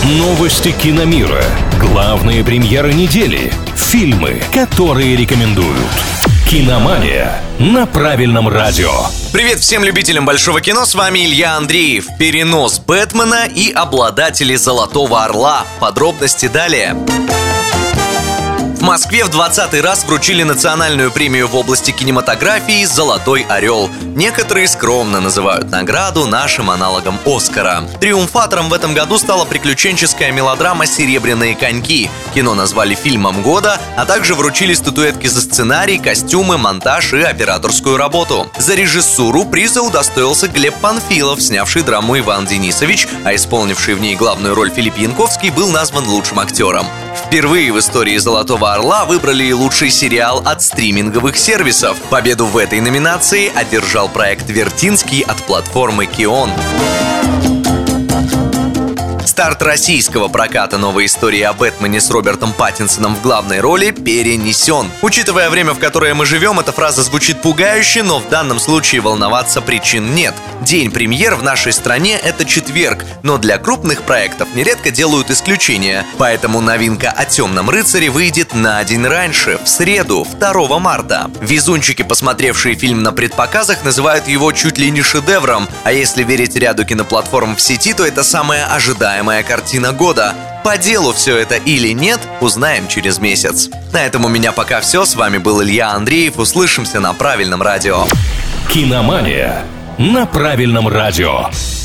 Новости киномира. Главные премьеры недели. Фильмы, которые рекомендуют. Киномания на правильном радио. Привет всем любителям большого кино, с вами Илья Андреев. Перенос Бэтмена и обладатели Золотого Орла. Подробности далее. В Москве в 20-й раз вручили национальную премию в области кинематографии «Золотой орел». Некоторые скромно называют награду нашим аналогом «Оскара». Триумфатором в этом году стала приключенческая мелодрама «Серебряные коньки». Кино назвали фильмом года, а также вручили статуэтки за сценарий, костюмы, монтаж и операторскую работу. За режиссуру приза удостоился Глеб Панфилов, снявший драму «Иван Денисович», а исполнивший в ней главную роль Филипп Янковский был назван лучшим актером. Впервые в истории «Золотого орла» выбрали и лучший сериал от стриминговых сервисов. Победу в этой номинации одержал проект «Вертинский» от платформы «Кион». Старт российского проката новой истории о Бэтмене с Робертом Паттинсоном в главной роли перенесен. Учитывая время, в которое мы живем, эта фраза звучит пугающе, но в данном случае волноваться причин нет. День премьер в нашей стране – это четверг, но для крупных проектов нередко делают исключения. Поэтому новинка о «Темном рыцаре» выйдет на день раньше, в среду, 2 марта. Везунчики, посмотревшие фильм на предпоказах, называют его чуть ли не шедевром, а если верить ряду киноплатформ в сети, то это самая ожидаемая картина года. По делу все это или нет, узнаем через месяц. На этом у меня пока все. С вами был Илья Андреев. Услышимся на правильном радио. Киномания на правильном радио.